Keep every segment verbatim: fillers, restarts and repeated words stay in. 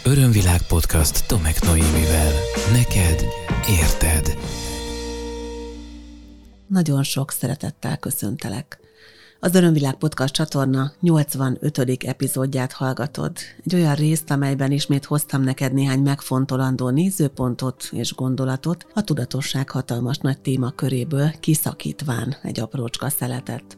Örömvilág podcast Tomek Noémivel. Neked érted. Nagyon sok szeretettel köszöntelek. Az Örömvilág podcast csatorna nyolcvanötödik epizódját hallgatod. Egy olyan részt, amelyben ismét hoztam neked néhány megfontolandó nézőpontot és gondolatot a tudatosság hatalmas nagy témaköréből kiszakítván egy aprócska szeletet.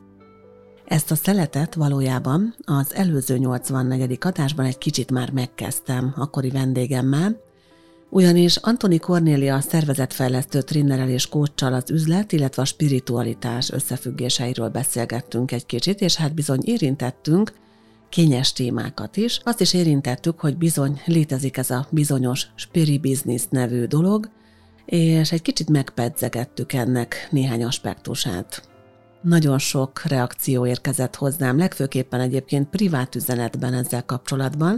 Ezt a szeletet valójában az előző nyolcvannegyedik adásban egy kicsit már megkezdtem akkori vendégemmel, ugyanis Antoni Kornélia szervezetfejlesztő trénerrel és coachsal az üzlet, illetve a spiritualitás összefüggéseiről beszélgettünk egy kicsit, és hát bizony érintettünk kényes témákat is. Azt is érintettük, hogy bizony létezik ez a bizonyos spiri business nevű dolog, és egy kicsit megpedzegettük ennek néhány aspektusát. Nagyon sok reakció érkezett hozzám, legfőképpen egyébként privát üzenetben ezzel kapcsolatban,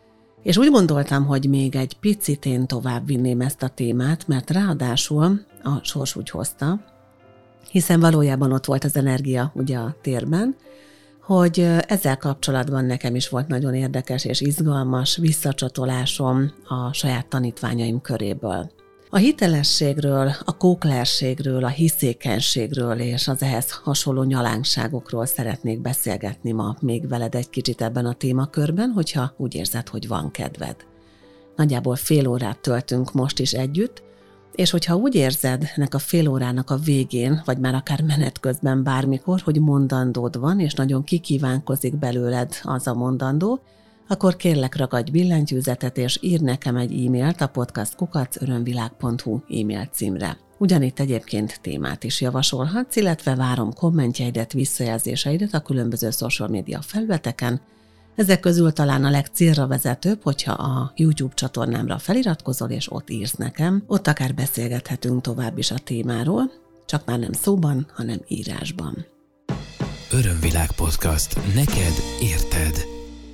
és úgy gondoltam, hogy még egy picit én tovább vinném ezt a témát, mert ráadásul a sors úgy hozta, hiszen valójában ott volt az energia ugye a térben, hogy ezzel kapcsolatban nekem is volt nagyon érdekes és izgalmas visszacsatolásom a saját tanítványaim köréből. A hitelességről, a kóklerségről, a hiszékenységről és az ehhez hasonló nyalánkságokról szeretnék beszélgetni ma még veled egy kicsit ebben a témakörben, hogyha úgy érzed, hogy van kedved. Nagyjából fél órát töltünk most is együtt, és hogyha úgy érzed ennek a fél órának a végén, vagy már akár menet közben bármikor, hogy mondandód van, és nagyon kikívánkozik belőled az a mondandó, akkor kérlek ragadj billentyűzetet, és ír nekem egy e-mailt a podcast kukac örömvilág pont hu e-mail címre. Ugyanitt egyébként témát is javasolhatsz, illetve várom kommentjeidet, visszajelzéseidet a különböző social media felületeken. Ezek közül talán a legcélra vezetőbb, hogyha a YouTube csatornámra feliratkozol, és ott írsz nekem. Ott akár beszélgethetünk tovább is a témáról, csak már nem szóban, hanem írásban. Örömvilág podcast. Neked érted.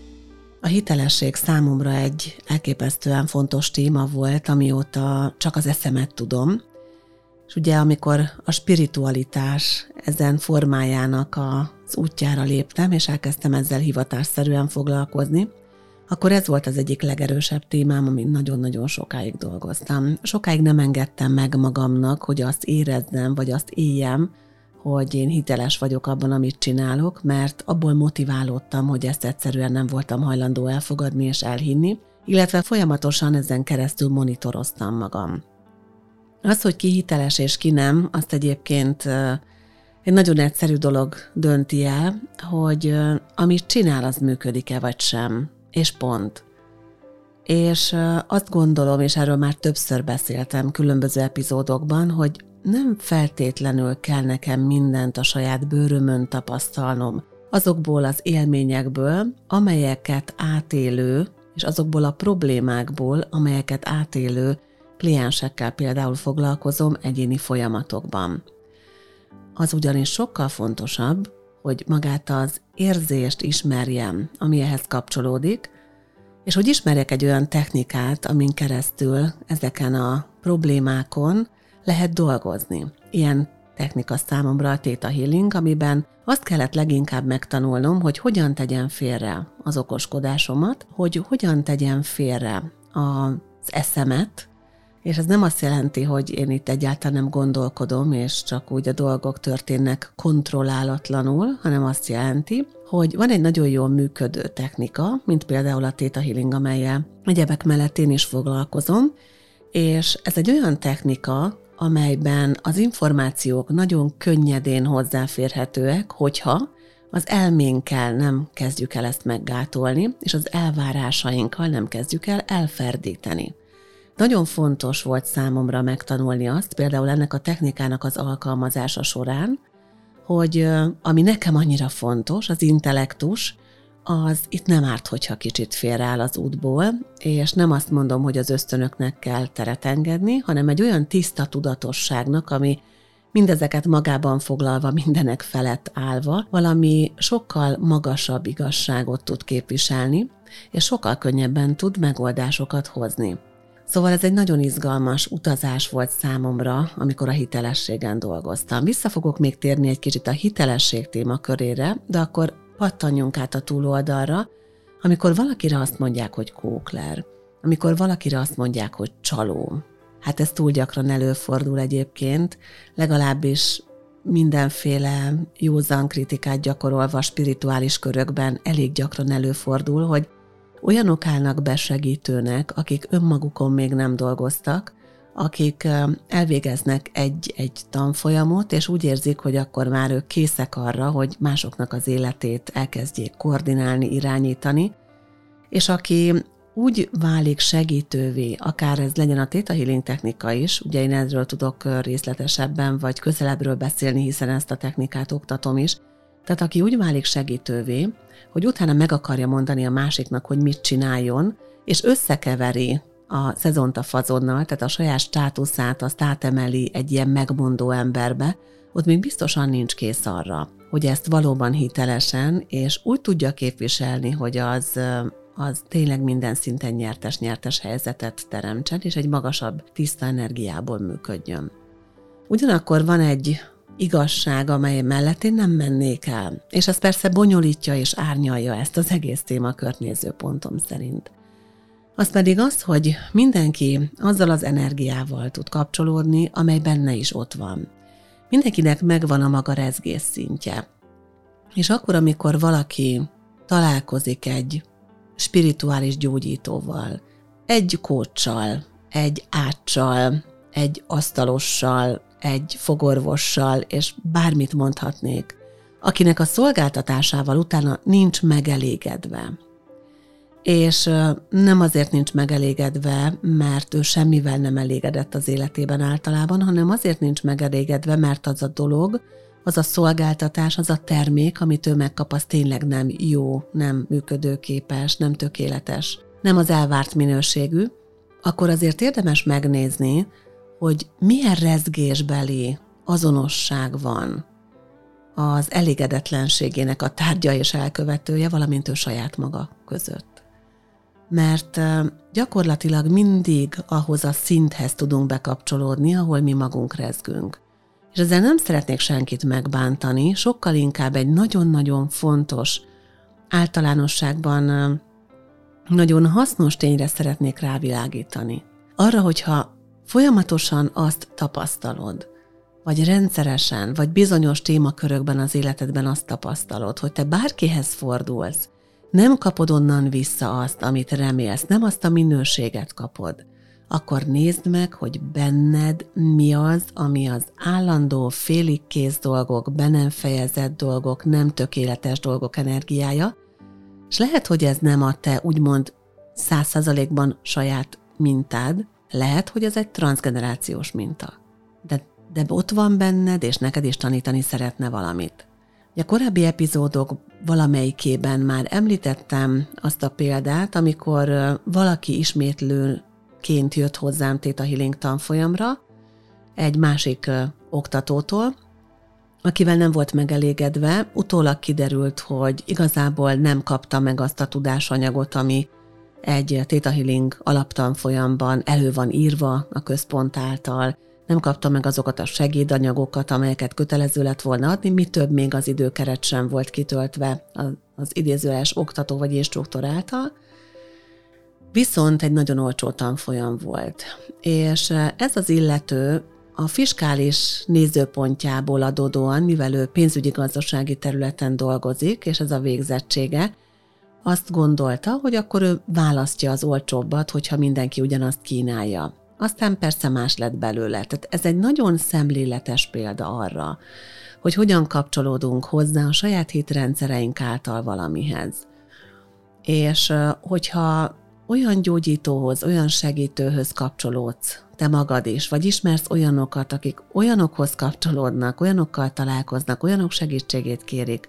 A hitelesség számomra egy elképesztően fontos téma volt, amióta csak az eszemet tudom. És ugye amikor a spiritualitás ezen formájának az útjára léptem, és elkezdtem ezzel hivatásszerűen foglalkozni, akkor ez volt az egyik legerősebb témám, amin nagyon-nagyon sokáig dolgoztam. Sokáig nem engedtem meg magamnak, hogy azt érezzem, vagy azt éljem, hogy én hiteles vagyok abban, amit csinálok, mert abból motiválódtam, hogy ezt egyszerűen nem voltam hajlandó elfogadni és elhinni, illetve folyamatosan ezen keresztül monitoroztam magam. Az, hogy ki hiteles és ki nem, azt egyébként egy nagyon egyszerű dolog dönti el, hogy amit csinál, az működik-e vagy sem, és pont. És azt gondolom, és erről már többször beszéltem különböző epizódokban, hogy nem feltétlenül kell nekem mindent a saját bőrömön tapasztalnom. Azokból az élményekből, amelyeket átélő, és azokból a problémákból, amelyeket átélő kliensekkel például foglalkozom egyéni folyamatokban. Az ugyanis sokkal fontosabb, hogy magát az érzést ismerjem, ami ehhez kapcsolódik, és hogy ismerjek egy olyan technikát, amin keresztül ezeken a problémákon lehet dolgozni. Ilyen technika számomra a Theta Healing, amiben azt kellett leginkább megtanulnom, hogy hogyan tegyem félre az okoskodásomat, hogy hogyan tegyem félre az eszemet, és ez nem azt jelenti, hogy én itt egyáltalán nem gondolkodom, és csak úgy a dolgok történnek kontrollálatlanul, hanem azt jelenti, hogy van egy nagyon jól működő technika, mint például a Theta Healing, amellyel egyebek mellett én is foglalkozom, és ez egy olyan technika, amelyben az információk nagyon könnyedén hozzáférhetőek, hogyha az elménkkel nem kezdjük el ezt meggátolni, és az elvárásainkkal nem kezdjük el elferdíteni. Nagyon fontos volt számomra megtanulni azt, például ennek a technikának az alkalmazása során, hogy ami nekem annyira fontos, az intellektus, az itt nem árt, hogyha kicsit félreáll az útból, és nem azt mondom, hogy az ösztönöknek kell teret engedni, hanem egy olyan tiszta tudatosságnak, ami mindezeket magában foglalva, mindenek felett állva, valami sokkal magasabb igazságot tud képviselni, és sokkal könnyebben tud megoldásokat hozni. Szóval ez egy nagyon izgalmas utazás volt számomra, amikor a hitelességen dolgoztam. Vissza fogok még térni egy kicsit a hitelesség témakörére, de akkor pattanjunk át a túloldalra, amikor valakire azt mondják, hogy kókler. amikor valakire azt mondják, hogy csaló. Hát ez túl gyakran előfordul egyébként, legalábbis mindenféle józan kritikát gyakorolva spirituális körökben elég gyakran előfordul, hogy olyanok állnak be segítőnek, akik önmagukon még nem dolgoztak, akik elvégeznek egy-egy tanfolyamot, és úgy érzik, hogy akkor már ők készek arra, hogy másoknak az életét elkezdjék koordinálni, irányítani, és aki úgy válik segítővé, akár ez legyen a Theta Healing technika is, ugye én erről tudok részletesebben vagy közelebbről beszélni, hiszen ezt a technikát oktatom is, tehát aki úgy válik segítővé, hogy utána meg akarja mondani a másiknak, hogy mit csináljon, és összekeveri a szezont a fazonnal, tehát a saját státuszát azt átemeli egy ilyen megmondó emberbe, ott még biztosan nincs kész arra, hogy ezt valóban hitelesen, és úgy tudja képviselni, hogy az, az tényleg minden szinten nyertes-nyertes helyzetet teremtsen, és egy magasabb, tiszta energiából működjön. Ugyanakkor van egy igazság, amely mellett én nem mennék el, és ez persze bonyolítja és árnyalja ezt az egész témakört nézőpontom szerint. Az pedig az, hogy mindenki azzal az energiával tud kapcsolódni, amely benne is ott van. Mindenkinek megvan a maga rezgés szintje. És akkor, amikor valaki találkozik egy spirituális gyógyítóval, egy coachsal, egy áccsal, egy asztalossal, egy fogorvossal, és bármit mondhatnék, akinek a szolgáltatásával utána nincs megelégedve. És nem azért nincs megelégedve, mert ő semmivel nem elégedett az életében általában, hanem azért nincs megelégedve, mert az a dolog, az a szolgáltatás, az a termék, amit ő megkap, az tényleg nem jó, nem működőképes, nem tökéletes, nem az elvárt minőségű, akkor azért érdemes megnézni, hogy milyen rezgésbeli azonosság van az elégedetlenségének a tárgya és elkövetője, valamint ő saját maga között. Mert gyakorlatilag mindig ahhoz a szinthez tudunk bekapcsolódni, ahol mi magunk rezgünk. És ezzel nem szeretnék senkit megbántani, sokkal inkább egy nagyon-nagyon fontos, általánosságban nagyon hasznos tényre szeretnék rávilágítani. Arra, hogyha folyamatosan azt tapasztalod, vagy rendszeresen, vagy bizonyos témakörökben az életedben azt tapasztalod, hogy te bárkihez fordulsz, nem kapod onnan vissza azt, amit remélsz, nem azt a minőséget kapod, akkor nézd meg, hogy benned mi az, ami az állandó, félig kész dolgok, be nem fejezett dolgok, nem tökéletes dolgok energiája, és lehet, hogy ez nem a te úgymond száz százalékban saját mintád, lehet, hogy ez egy transzgenerációs minta. De, de ott van benned, és neked is tanítani szeretne valamit. A korábbi epizódok valamelyikében már említettem azt a példát, amikor valaki ismétlőként jött hozzám Theta Healing tanfolyamra egy másik oktatótól, akivel nem volt megelégedve, utólag kiderült, hogy igazából nem kapta meg azt a tudásanyagot, ami egy Theta Healing alaptanfolyamban elő van írva a központ által, nem kapta meg azokat a segédanyagokat, amelyeket kötelező lett volna adni, mi több még az időkeret sem volt kitöltve az idézőjeles oktató vagy instruktor által. Viszont egy nagyon olcsó tanfolyam volt. És ez az illető a fiskális nézőpontjából adódóan, mivel ő pénzügyi-gazdasági területen dolgozik, és ez a végzettsége, azt gondolta, hogy akkor ő választja az olcsóbbat, hogyha mindenki ugyanazt kínálja. Aztán persze más lett belőle. Tehát ez egy nagyon szemléletes példa arra, hogy hogyan kapcsolódunk hozzá a saját hitrendszereink által valamihez. És hogyha olyan gyógyítóhoz, olyan segítőhöz kapcsolódsz, te magad is, vagy ismersz olyanokat, akik olyanokhoz kapcsolódnak, olyanokkal találkoznak, olyanok segítségét kérik,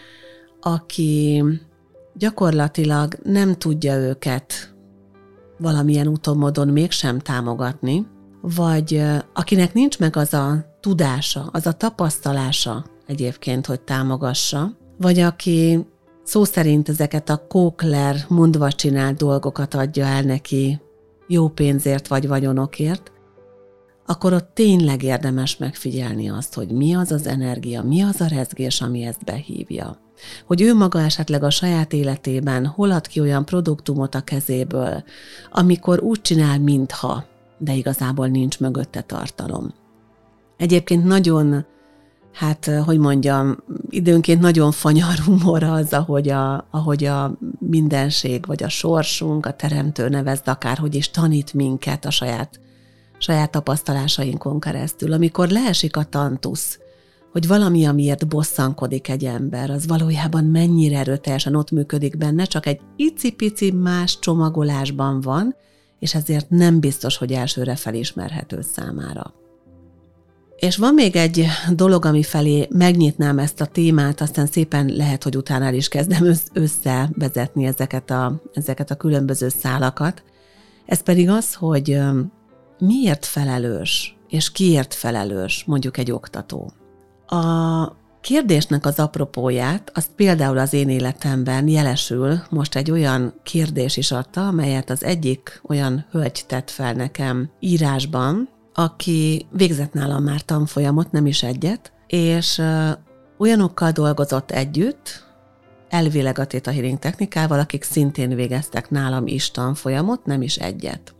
aki gyakorlatilag nem tudja őket valamilyen úton, módon mégsem támogatni, vagy akinek nincs meg az a tudása, az a tapasztalása egyébként, hogy támogassa, vagy aki szó szerint ezeket a kókler, mondva csinált dolgokat adja el neki jó pénzért vagy vagyonokért, akkor ott tényleg érdemes megfigyelni azt, hogy mi az az energia, mi az a rezgés, ami ezt behívja. hogy ő maga esetleg a saját életében hol ad ki olyan produktumot a kezéből, amikor úgy csinál, mintha, de igazából nincs mögötte tartalom. Egyébként nagyon, hát, hogy mondjam, időnként nagyon fanyar humor az, ahogy a, ahogy a mindenség, vagy a sorsunk, a teremtő, nevezd akárhogy is, tanít minket a saját, saját tapasztalásainkon keresztül. Amikor leesik a tantusz, hogy valami, amiért bosszankodik egy ember, az valójában mennyire erőteljesen ott működik benne, csak egy icipici más csomagolásban van, és ezért nem biztos, hogy elsőre felismerhető számára. És van még egy dolog, ami felé megnyitnám ezt a témát, aztán szépen lehet, hogy utána el is kezdem összevezetni ezeket a, ezeket a különböző szálakat. Ez pedig az, hogy miért felelős, és kiért felelős mondjuk egy oktató. A kérdésnek az apropóját, azt például az én életemben jelesül most egy olyan kérdés is adta, amelyet az egyik olyan hölgy tett fel nekem írásban, aki végzett nálam már tanfolyamot, nem is egyet, és olyanokkal dolgozott együtt, elvileg a Theta Healing technikával, akik szintén végeztek nálam is tanfolyamot, nem is egyet.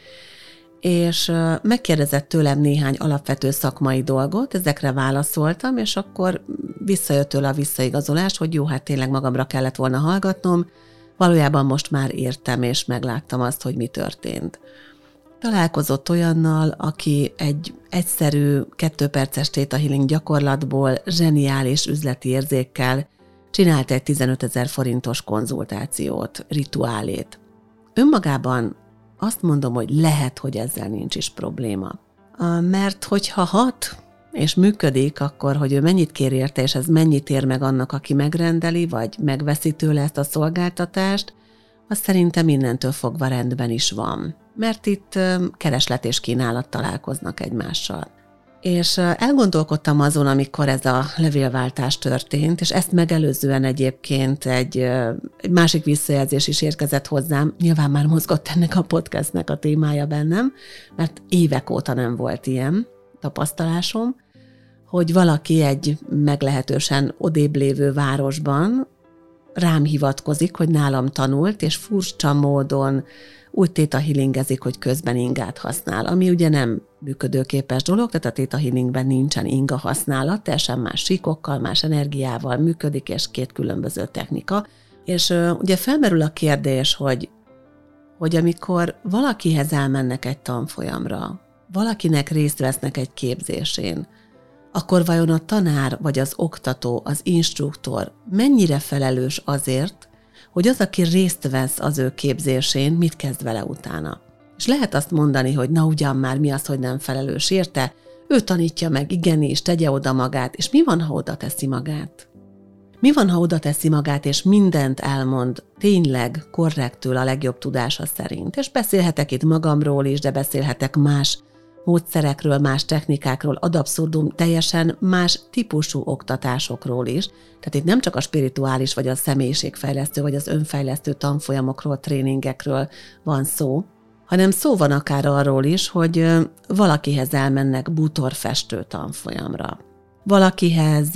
És megkérdezett tőlem néhány alapvető szakmai dolgot, ezekre válaszoltam, és akkor visszajött tőle a visszaigazolás, hogy jó, hát tényleg magamra kellett volna hallgatnom, valójában most már értem, és megláttam azt, hogy mi történt. Találkozott olyannal, aki egy egyszerű, kettőperces Theta Healing gyakorlatból zseniális üzleti érzékkel csinált egy tizenötezer forintos konzultációt, rituálét. Önmagában azt mondom, hogy lehet, hogy ezzel nincs is probléma. Mert hogyha hat és működik, akkor, hogy ő mennyit kér érte, és ez mennyit ér meg annak, aki megrendeli, vagy megveszi tőle ezt a szolgáltatást, az szerintem innentől fogva rendben is van. Mert itt kereslet és kínálat találkoznak egymással. És elgondolkodtam azon, amikor ez a levélváltás történt, és ezt megelőzően egyébként egy, egy másik visszajelzés is érkezett hozzám. Nyilván már mozgott ennek a podcastnek a témája bennem, mert évek óta nem volt ilyen tapasztalásom, hogy valaki egy meglehetősen odébb lévő városban rám hivatkozik, hogy nálam tanult, és furcsa módon úgy Theta Healingezik, hogy közben ingát használ, ami ugye nem működőképes dolog, tehát a Theta Healingben nincsen inga használat, teljesen más síkokkal, más energiával működik, és két különböző technika. És uh, ugye felmerül a kérdés, hogy, hogy amikor valakihez elmennek egy tanfolyamra, valakinek részt vesznek egy képzésén, akkor vajon a tanár, vagy az oktató, az instruktor mennyire felelős azért, hogy az, aki részt vesz az ő képzésén, mit kezd vele utána. És lehet azt mondani, hogy na ugyan már mi az, hogy nem felelős érte, ő tanítja meg, igenis, tegye oda magát, és mi van, ha oda teszi magát? Mi van, ha oda teszi magát, és mindent elmond tényleg korrektül a legjobb tudása szerint? És beszélhetek itt magamról is, de beszélhetek más módszerekről, más technikákról, ad abszurdum teljesen más típusú oktatásokról is. Tehát itt nem csak a spirituális, vagy a személyiségfejlesztő, vagy az önfejlesztő tanfolyamokról, tréningekről van szó, hanem szó van akár arról is, hogy valakihez elmennek bútorfestő tanfolyamra. Valakihez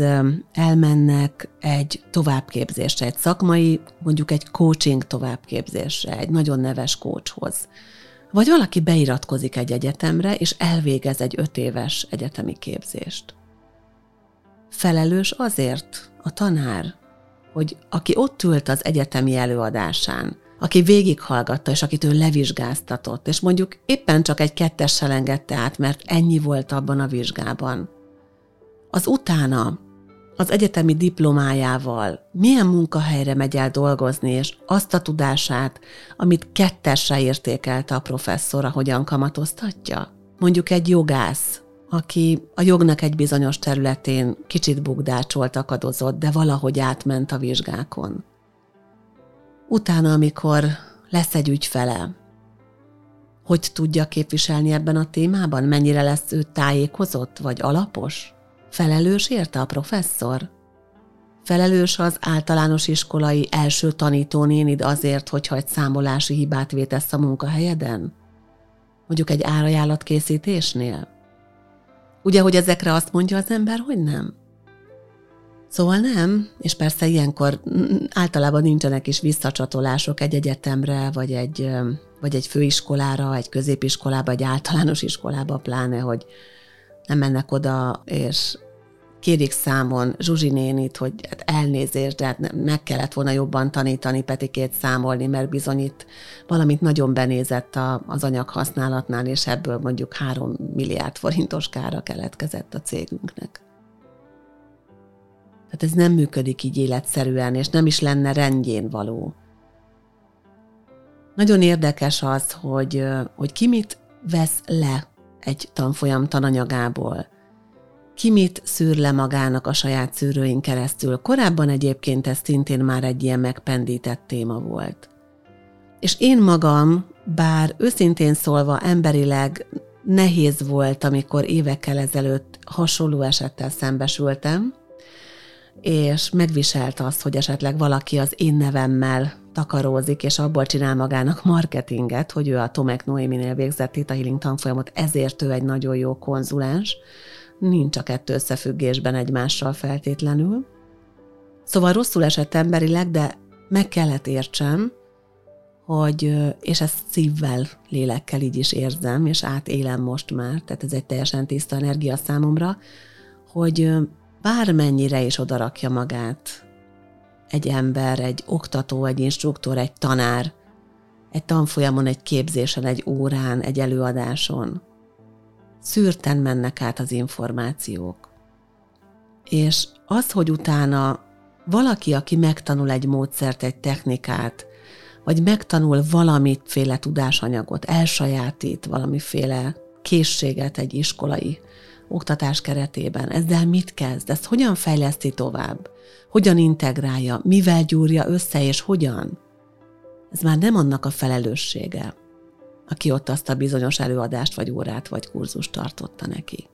elmennek egy továbbképzésre, egy szakmai, mondjuk egy coaching továbbképzésre, egy nagyon neves coachhoz. Vagy valaki beiratkozik egy egyetemre, és elvégez egy öt éves egyetemi képzést. Felelős azért a tanár, hogy aki ott ült az egyetemi előadásán, aki végighallgatta, és akit ő levizsgáztatott, és mondjuk éppen csak egy kettessel engedte át, mert ennyi volt abban a vizsgában, az utána az egyetemi diplomájával milyen munkahelyre megy el dolgozni, és azt a tudását, amit kettesre értékelte a professzora, hogyan kamatoztatja? Mondjuk egy jogász, aki a jognak egy bizonyos területén kicsit bukdácsolt, akadozott, de valahogy átment a vizsgákon. Utána, amikor lesz egy ügyfele, hogy tudja képviselni ebben a témában? Mennyire lesz ő tájékozott vagy alapos? Felelős érte a professzor? Felelős az általános iskolai első tanítónénid azért, hogyha egy számolási hibát vétesz a munkahelyeden? Mondjuk egy árajánlatkészítésnél? Ugye, hogy ezekre azt mondja az ember, hogy nem? Szóval nem, és persze ilyenkor általában nincsenek is visszacsatolások egy egyetemre, vagy egy, vagy egy főiskolára, egy középiskolába, egy általános iskolába, pláne, hogy nem mennek oda, és kérik számon Zsuzsi nénit, hogy hát elnézést, de hát meg kellett volna jobban tanítani Petikét számolni, mert bizony itt valamit nagyon benézett a, az anyaghasználatnál, és ebből mondjuk három milliárd forintos kára keletkezett a cégünknek. Tehát ez nem működik így életszerűen, és nem is lenne rendjén való. Nagyon érdekes az, hogy, hogy ki mit vesz le egy tanfolyam tananyagából, ki mit szűr le magának a saját szűrőin keresztül. Korábban egyébként ez szintén már egy ilyen megpendített téma volt. És én magam, bár őszintén szólva emberileg nehéz volt, amikor évekkel ezelőtt hasonló esettel szembesültem, és megviselt azt, hogy esetleg valaki az én nevemmel takarózik, és abból csinál magának marketinget, hogy ő a Tomek Noéminél végzett Theta Healing tanfolyamot, ezért ő egy nagyon jó konzulens. Nincs a kettő összefüggésben egymással feltétlenül. Szóval rosszul esett emberileg, de meg kellett értsem, hogy, és ezt szívvel, lélekkel így is érzem, és átélem most már, tehát ez egy teljesen tiszta energia számomra, hogy bármennyire is odarakja magát egy ember, egy oktató, egy instruktor, egy tanár, egy tanfolyamon, egy képzésen, egy órán, egy előadáson, szűrten mennek át az információk. És az, hogy utána valaki, aki megtanul egy módszert, egy technikát, vagy megtanul valamiféle tudásanyagot, elsajátít valamiféle készséget egy iskolai oktatás keretében, ezzel mit kezd, ezt hogyan fejleszti tovább, hogyan integrálja, mivel gyúrja össze, és hogyan. Ez már nem annak a felelőssége, aki ott azt a bizonyos előadást, vagy órát, vagy kurzust tartotta neki.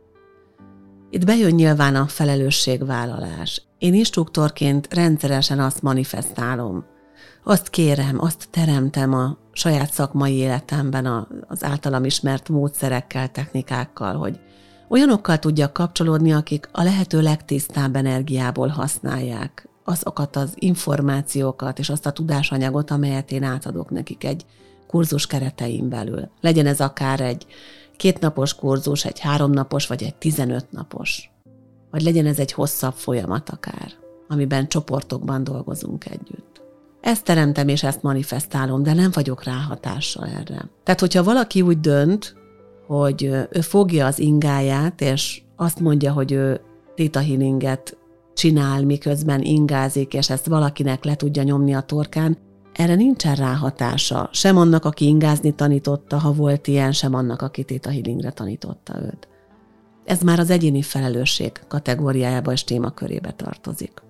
Itt bejön nyilván a felelősségvállalás. Én instruktorként rendszeresen azt manifestálom, azt kérem, azt teremtem a saját szakmai életemben az általam ismert módszerekkel, technikákkal, hogy olyanokkal tudjak kapcsolódni, akik a lehető legtisztább energiából használják azokat az információkat és azt a tudásanyagot, amelyet én átadok nekik egy kurzus keretein belül. Legyen ez akár egy kétnapos kurzus, egy háromnapos, vagy egy tizenöt napos. Vagy legyen ez egy hosszabb folyamat akár, amiben csoportokban dolgozunk együtt. Ezt teremtem és ezt manifestálom, de nem vagyok ráhatással erre. Tehát, hogyha valaki úgy dönt, hogy ő fogja az ingáját, és azt mondja, hogy ő Theta Healinget csinál, miközben ingázik, és ezt valakinek le tudja nyomni a torkán, erre nincsen ráhatása. Sem annak, aki ingázni tanította, ha volt ilyen, sem annak, aki Theta Healingre tanította őt. Ez már az egyéni felelősség kategóriájába és témakörébe tartozik.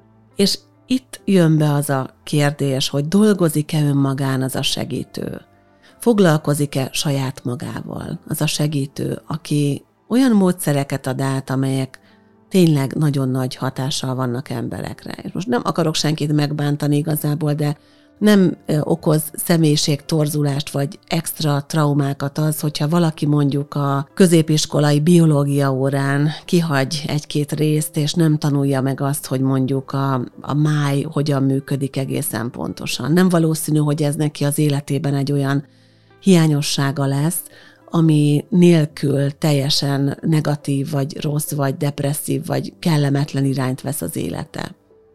És itt jön be az a kérdés, hogy dolgozik-e önmagán az a segítő? Foglalkozik-e saját magával az a segítő, aki olyan módszereket ad át, amelyek tényleg nagyon nagy hatással vannak emberekre. És most nem akarok senkit megbántani igazából, de nem okoz személyiségtorzulást vagy extra traumákat az, hogyha valaki mondjuk a középiskolai biológia órán kihagy egy-két részt, és nem tanulja meg azt, hogy mondjuk a, a máj hogyan működik egészen pontosan. Nem valószínű, hogy ez neki az életében egy olyan hiányossága lesz, ami nélkül teljesen negatív, vagy rossz, vagy depresszív, vagy kellemetlen irányt vesz az élete.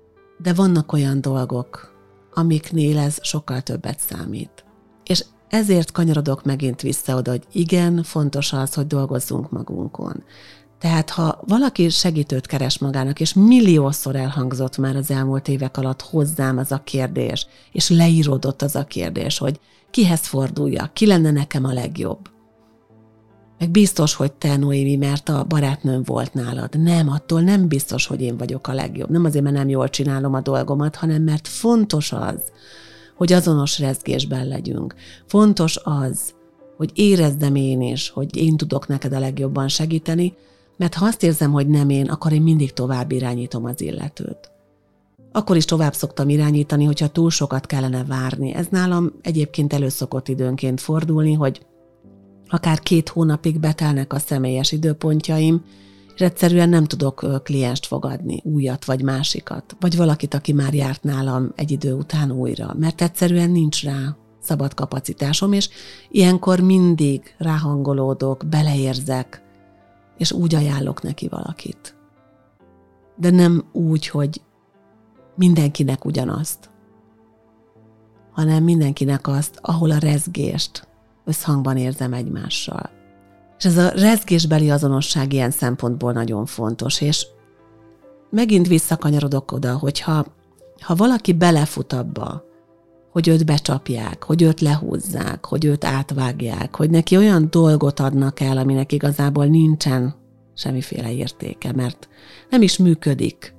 De vannak olyan dolgok, amiknél ez sokkal többet számít. És ezért kanyarodok megint vissza oda, hogy igen, fontos az, hogy dolgozzunk magunkon. Tehát ha valaki segítőt keres magának, és milliószor elhangzott már az elmúlt évek alatt hozzám az a kérdés, és leíródott az a kérdés, hogy kihez forduljak, ki lenne nekem a legjobb. Meg biztos, hogy te, Noémi, mert a barátnőm volt nálad. Nem, attól nem biztos, hogy én vagyok a legjobb. Nem azért, mert nem jól csinálom a dolgomat, hanem mert fontos az, hogy azonos rezgésben legyünk. Fontos az, hogy érezzem én is, hogy én tudok neked a legjobban segíteni, mert ha azt érzem, hogy nem én, akkor én mindig tovább irányítom az illetőt. Akkor is tovább szoktam irányítani, hogyha túl sokat kellene várni. Ez nálam egyébként elő szokott időnként fordulni, hogy akár két hónapig betelnek a személyes időpontjaim, és egyszerűen nem tudok klienst fogadni, újat vagy másikat, vagy valakit, aki már járt nálam egy idő után újra, mert egyszerűen nincs rá szabad kapacitásom, és ilyenkor mindig ráhangolódok, beleérzek, és úgy ajánlok neki valakit. De nem úgy, hogy mindenkinek ugyanazt, hanem mindenkinek azt, ahol a rezgést összhangban érzem egymással. És ez a rezgésbeli azonosság ilyen szempontból nagyon fontos, és megint visszakanyarodok oda, hogyha ha valaki belefut abba, hogy őt becsapják, hogy őt lehúzzák, hogy őt átvágják, hogy neki olyan dolgot adnak el, aminek igazából nincsen semmiféle értéke, mert nem is működik,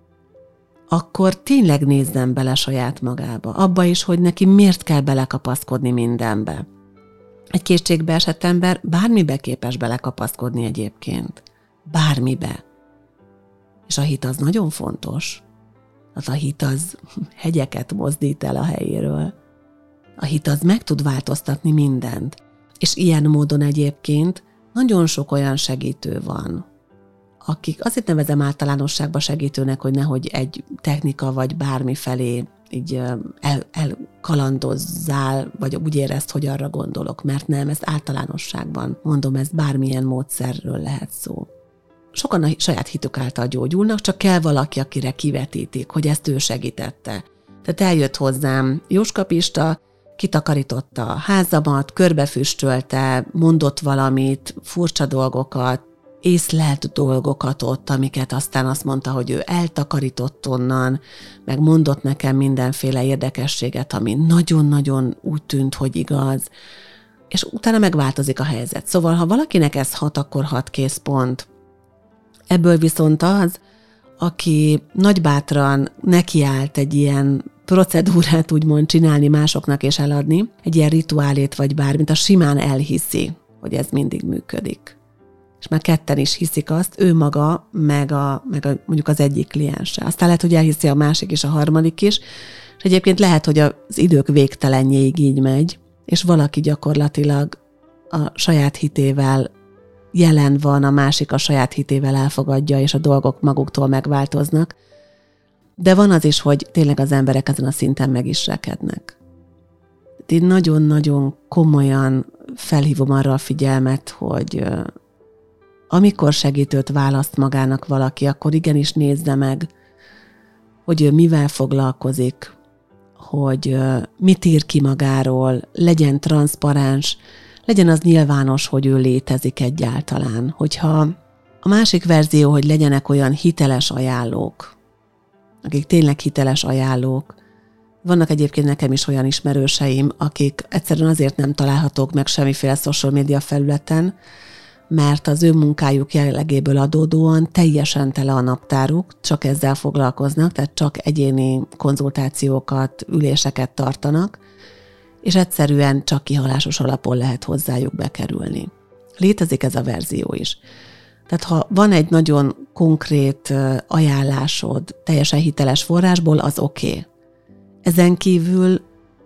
akkor tényleg nézzen bele saját magába, abba is, hogy neki miért kell belekapaszkodni mindenbe. Egy kétségbe esett ember bármibe képes belekapaszkodni egyébként. Bármibe. És a hit az nagyon fontos. Az a hit az hegyeket mozdít el a helyéről. A hit az meg tud változtatni mindent. És ilyen módon egyébként nagyon sok olyan segítő van, akik azért nevezem általánosságba segítőnek, hogy nehogy egy technika vagy bármi felé így el, elkalandozzál, vagy úgy érezd, hogy arra gondolok, mert nem, ezt általánosságban mondom, ez bármilyen módszerről lehet szó. Sokan a saját hitük által gyógyulnak, csak kell valaki, akire kivetítik, hogy ezt ő segítette. Tehát eljött hozzám Jóska Pista, kitakarította a házamat, körbefüstölte, mondott valamit, furcsa dolgokat, észlelt dolgokat ott, amiket aztán azt mondta, hogy ő eltakarított onnan, meg mondott nekem mindenféle érdekességet, ami nagyon-nagyon úgy tűnt, hogy igaz, és utána megváltozik a helyzet. Szóval, ha valakinek ez hat, akkor hat készpont. Ebből viszont az, aki nagybátran nekiállt egy ilyen procedúrát úgymond csinálni másoknak és eladni, egy ilyen rituálét vagy bármit, a simán elhiszi, hogy ez mindig működik. És már ketten is hiszik azt, ő maga, meg, a, meg a, mondjuk az egyik kliense. Aztán lehet, hogy elhiszi a másik és a harmadik is, és egyébként lehet, hogy az idők végtelenjéig így megy, és valaki gyakorlatilag a saját hitével jelen van, a másik a saját hitével elfogadja, és a dolgok maguktól megváltoznak. De van az is, hogy tényleg az emberek ezen a szinten meg is rekednek. Én nagyon-nagyon komolyan felhívom arra a figyelmet, hogy amikor segítőt választ magának valaki, akkor igenis nézze meg, hogy ő mivel foglalkozik, hogy mit ír ki magáról, legyen transzparens, legyen az nyilvános, hogy ő létezik egyáltalán. Hogyha a másik verzió, hogy legyenek olyan hiteles ajánlók, akik tényleg hiteles ajánlók, vannak egyébként nekem is olyan ismerőseim, akik egyszerűen azért nem találhatók meg semmiféle social media felületen, mert az ő munkájuk jellegéből adódóan teljesen tele a naptáruk, csak ezzel foglalkoznak, tehát csak egyéni konzultációkat, üléseket tartanak, és egyszerűen csak kihalásos alapon lehet hozzájuk bekerülni. Létezik ez a verzió is. Tehát ha van egy nagyon konkrét ajánlásod, teljesen hiteles forrásból, az oké. Okay. Ezen kívül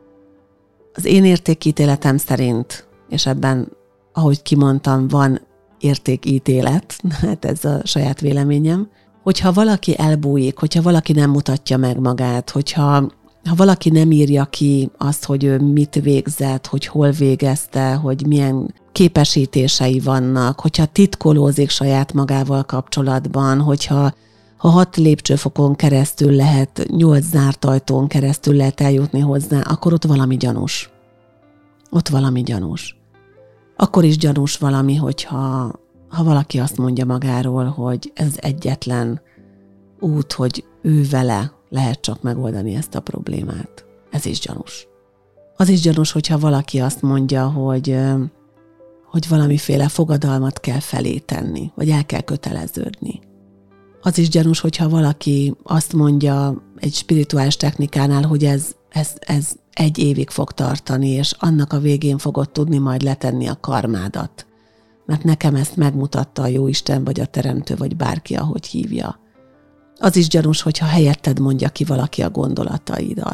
az én értékítéletem szerint, és ebben, ahogy kimondtam, van értékítélet, hát ez a saját véleményem, hogyha valaki elbújik, hogyha valaki nem mutatja meg magát, hogyha ha valaki nem írja ki azt, hogy ő mit végzett, hogy hol végezte, hogy milyen képesítései vannak, hogyha titkolózik saját magával kapcsolatban, hogyha ha hat lépcsőfokon keresztül lehet, nyolc zárt ajtón keresztül lehet eljutni hozzá, akkor ott valami gyanús. Ott valami gyanús. Akkor is gyanús valami, hogyha ha valaki azt mondja magáról, hogy ez egyetlen út, hogy ő vele lehet csak megoldani ezt a problémát. Ez is gyanús. Az is gyanús, hogyha valaki azt mondja, hogy, hogy valamiféle fogadalmat kell felé tenni, vagy el kell köteleződni. Az is gyanús, hogyha valaki azt mondja egy spirituális technikánál, hogy ez, ez, ez egy évig fog tartani, és annak a végén fogod tudni majd letenni a karmádat. Mert nekem ezt megmutatta a Jóisten, vagy a Teremtő, vagy bárki, ahogy hívja. Az is gyanús, hogyha helyetted mondja ki valaki a gondolataidat.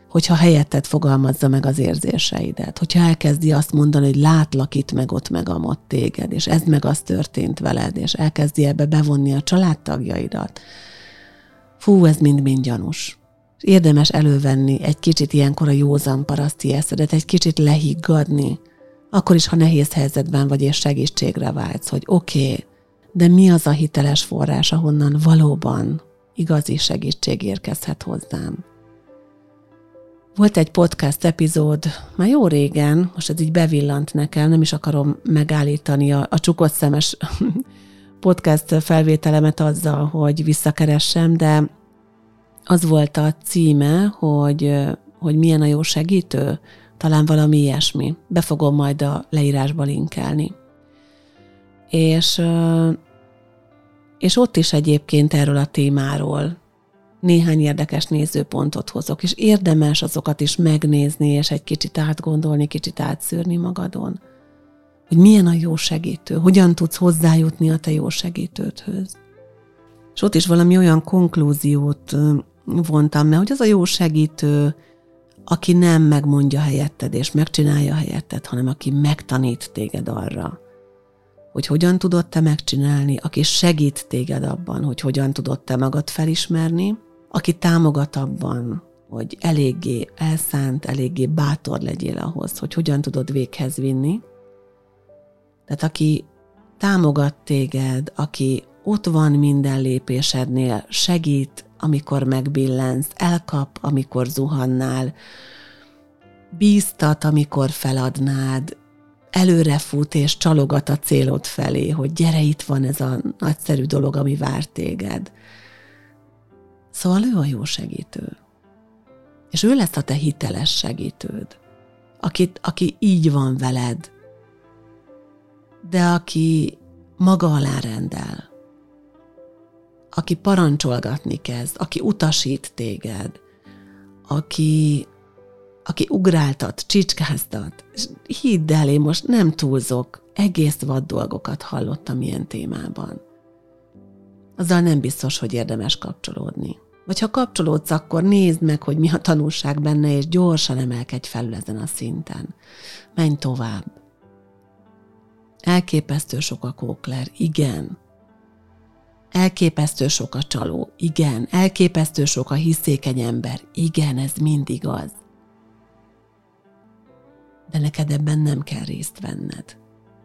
hogyha helyetted fogalmazza meg az érzéseidet, hogyha elkezdi azt mondani, hogy látlak itt, meg ott, meg amott téged, és ez meg az történt veled, és elkezdi ebbe bevonni a családtagjaidat. Fú, ez mind-mind gyanús. Érdemes elővenni egy kicsit ilyenkor a józan paraszti eszedet, egy kicsit lehiggadni, akkor is, ha nehéz helyzetben vagy és segítségre vágysz, hogy oké, okay, de mi az a hiteles forrás, ahonnan valóban igazi segítség érkezhet hozzám. Volt egy podcast epizód, már jó régen, most ez így bevillant nekem, nem is akarom megállítani a, a csukott szemes podcast felvételemet azzal, hogy visszakeressem, de az volt a címe, hogy, hogy milyen a jó segítő, talán valami ilyesmi. Be fogom majd a leírásba linkelni. És, és ott is egyébként erről a témáról néhány érdekes nézőpontot hozok, és érdemes azokat is megnézni, és egy kicsit átgondolni, kicsit átszűrni magadon. Hogy milyen a jó segítő, hogyan tudsz hozzájutni a te jó segítődhöz. És ott is valami olyan konklúziót vontam, mert hogy az a jó segítő, aki nem megmondja helyetted, és megcsinálja helyetted, hanem aki megtanít téged arra, hogy hogyan tudod te megcsinálni, aki segít téged abban, hogy hogyan tudod te magad felismerni, aki támogat abban, hogy eléggé elszánt, eléggé bátor legyél ahhoz, hogy hogyan tudod véghez vinni. Tehát aki támogat téged, aki ott van minden lépésednél, segít, amikor megbillensz, elkap, amikor zuhannál, bíztat, amikor feladnád, előre fut és csalogat a célod felé, hogy gyere, itt van ez a nagyszerű dolog, ami vár téged. Szóval ő a jó segítő. És ő lesz a te hiteles segítőd, akit, aki így van veled, de aki maga alá rendel, aki parancsolgatni kezd, aki utasít téged, aki, aki ugráltat, csicskáztat. Hidd el, én most nem túlzok, egész vad dolgokat hallottam ilyen témában. Azzal nem biztos, hogy érdemes kapcsolódni. Vagy ha kapcsolódsz, akkor nézd meg, hogy mi a tanulság benne, és gyorsan emelkedj felül ezen a szinten. Menj tovább. Elképesztő sok a kókler, igen. Elképesztő sok a csaló, igen. Elképesztő sok a hiszékeny ember, igen, ez mind igaz. De neked ebben nem kell részt venned.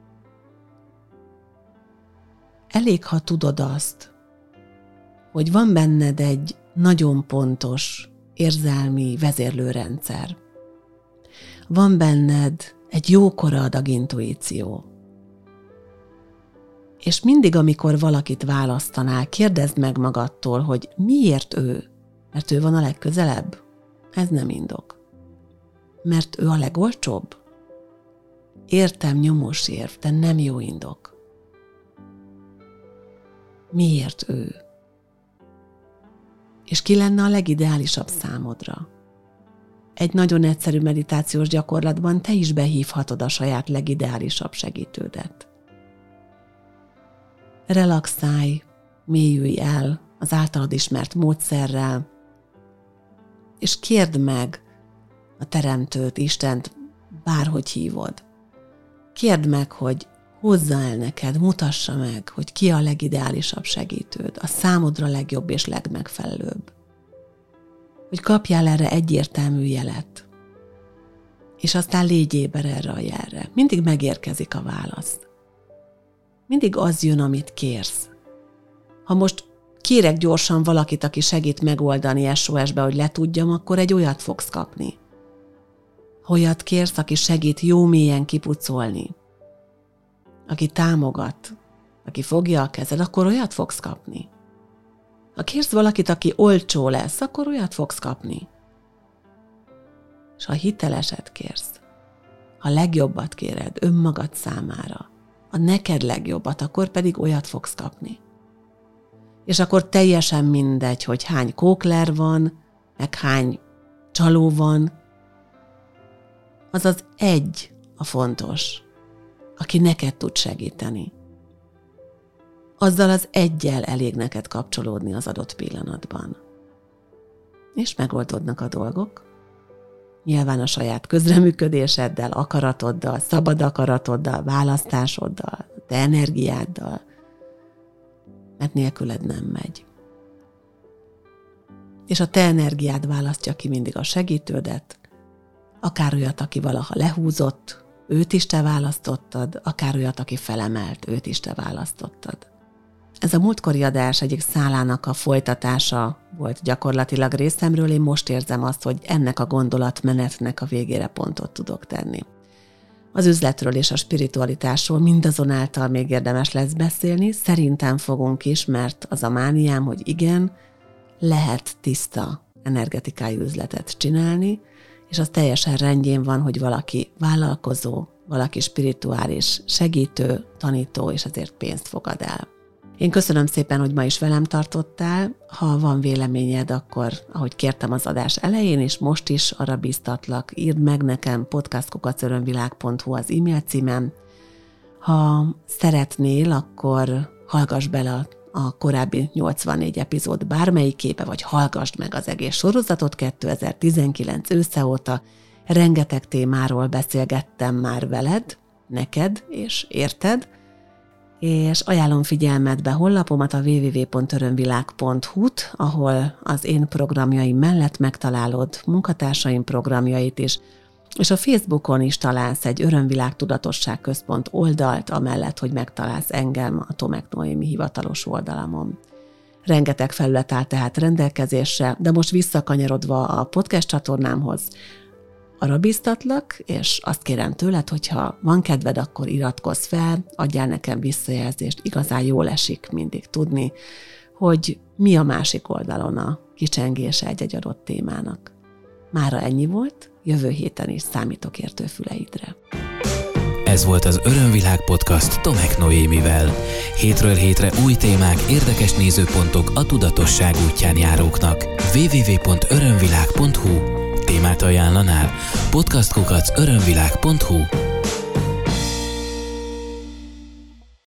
Elég, ha tudod azt, hogy van benned egy nagyon pontos érzelmi vezérlőrendszer. Van benned egy jókora adag intuíció. És mindig, amikor valakit választanál, kérdezd meg magadtól, hogy miért ő? Mert ő van a legközelebb? Ez nem indok. Mert ő a legolcsóbb? Értem, nyomós érv, de nem jó indok. Miért ő? És ki lenne a legideálisabb számodra? Egy nagyon egyszerű meditációs gyakorlatban te is behívhatod a saját legideálisabb segítődet. Relaxálj, mélyülj el az általad ismert módszerrel, és kérd meg a Teremtőt, Istent, bárhogy hívod. Kérd meg, hogy hozza el neked, mutassa meg, hogy ki a legideálisabb segítőd, a számodra legjobb és legmegfelelőbb. Hogy kapjál erre egyértelmű jelet, és aztán légy éber erre a jelre. Mindig megérkezik a válasz. Mindig az jön, amit kérsz. Ha most kérek gyorsan valakit, aki segít megoldani es o es-be, hogy letudjam, akkor egy olyat fogsz kapni. Ha olyat kérsz, aki segít jó mélyen kipucolni, aki támogat, aki fogja a kezed, akkor olyat fogsz kapni. Ha kérsz valakit, aki olcsó lesz, akkor olyat fogsz kapni. És ha hiteleset kérsz, ha legjobbat kéred önmagad számára, a neked legjobbat, akkor pedig olyat fogsz kapni. És akkor teljesen mindegy, hogy hány kókler van, meg hány csaló van, az az egy a fontos, aki neked tud segíteni. Azzal az eggyel elég neked kapcsolódni az adott pillanatban. És megoldódnak a dolgok, nyilván a saját közreműködéseddel, akaratoddal, szabad akaratoddal, választásoddal, te energiáddal, mert nélküled nem megy. És a te energiád választja ki mindig a segítődet, akár olyat, aki valaha lehúzott, őt is te választottad, akár olyat, aki felemelt, őt is te választottad. Ez a múltkori adás egyik szálának a folytatása volt gyakorlatilag részemről, én most érzem azt, hogy ennek a gondolatmenetnek a végére pontot tudok tenni. Az üzletről és a spiritualitásról mindazonáltal még érdemes lesz beszélni, szerintem fogunk is, mert az a mániám, hogy igen, lehet tiszta energetikai üzletet csinálni, és az teljesen rendjén van, hogy valaki vállalkozó, valaki spirituális, segítő, tanító, és ezért pénzt fogad el. Én köszönöm szépen, hogy ma is velem tartottál. Ha van véleményed, akkor, ahogy kértem az adás elején, és most is arra bíztatlak, írd meg nekem podcast kukac örömvilág pont hu az e-mail címem. Ha szeretnél, akkor hallgass bele a a korábbi nyolcvannégy epizód bármelyikébe, vagy hallgassd meg az egész sorozatot kétezer-tizenkilenc ősze óta. Rengeteg témáról beszélgettem már veled, neked és érted, és ajánlom figyelmetbe honlapomat, a double-u double-u double-u pont örömvilág pont hu-t, ahol az én programjaim mellett megtalálod munkatársaim programjait is, és a Facebookon is találsz egy Örömvilág Tudatosság Központ oldalt, amellett, hogy megtalálsz engem a Tomek Noémi hivatalos oldalamon. Rengeteg felület áll tehát rendelkezésre, de most visszakanyarodva a podcast csatornámhoz, arra bíztatlak, és azt kérem tőled, hogyha van kedved, akkor iratkozz fel, adjál nekem visszajelzést, igazán jól esik mindig tudni, hogy mi a másik oldalon a kicsengése egy-egy adott témának. Mára ennyi volt, jövő héten is számítok értő füleidre. Ez volt az Örömvilág Podcast Tomek Noémivel. Hétről hétre új témák, érdekes nézőpontok a tudatosság útján járóknak. double-u double-u double-u pont örömvilág pont hu Témát ajánlanál? podcast kukac örömvilág pont hu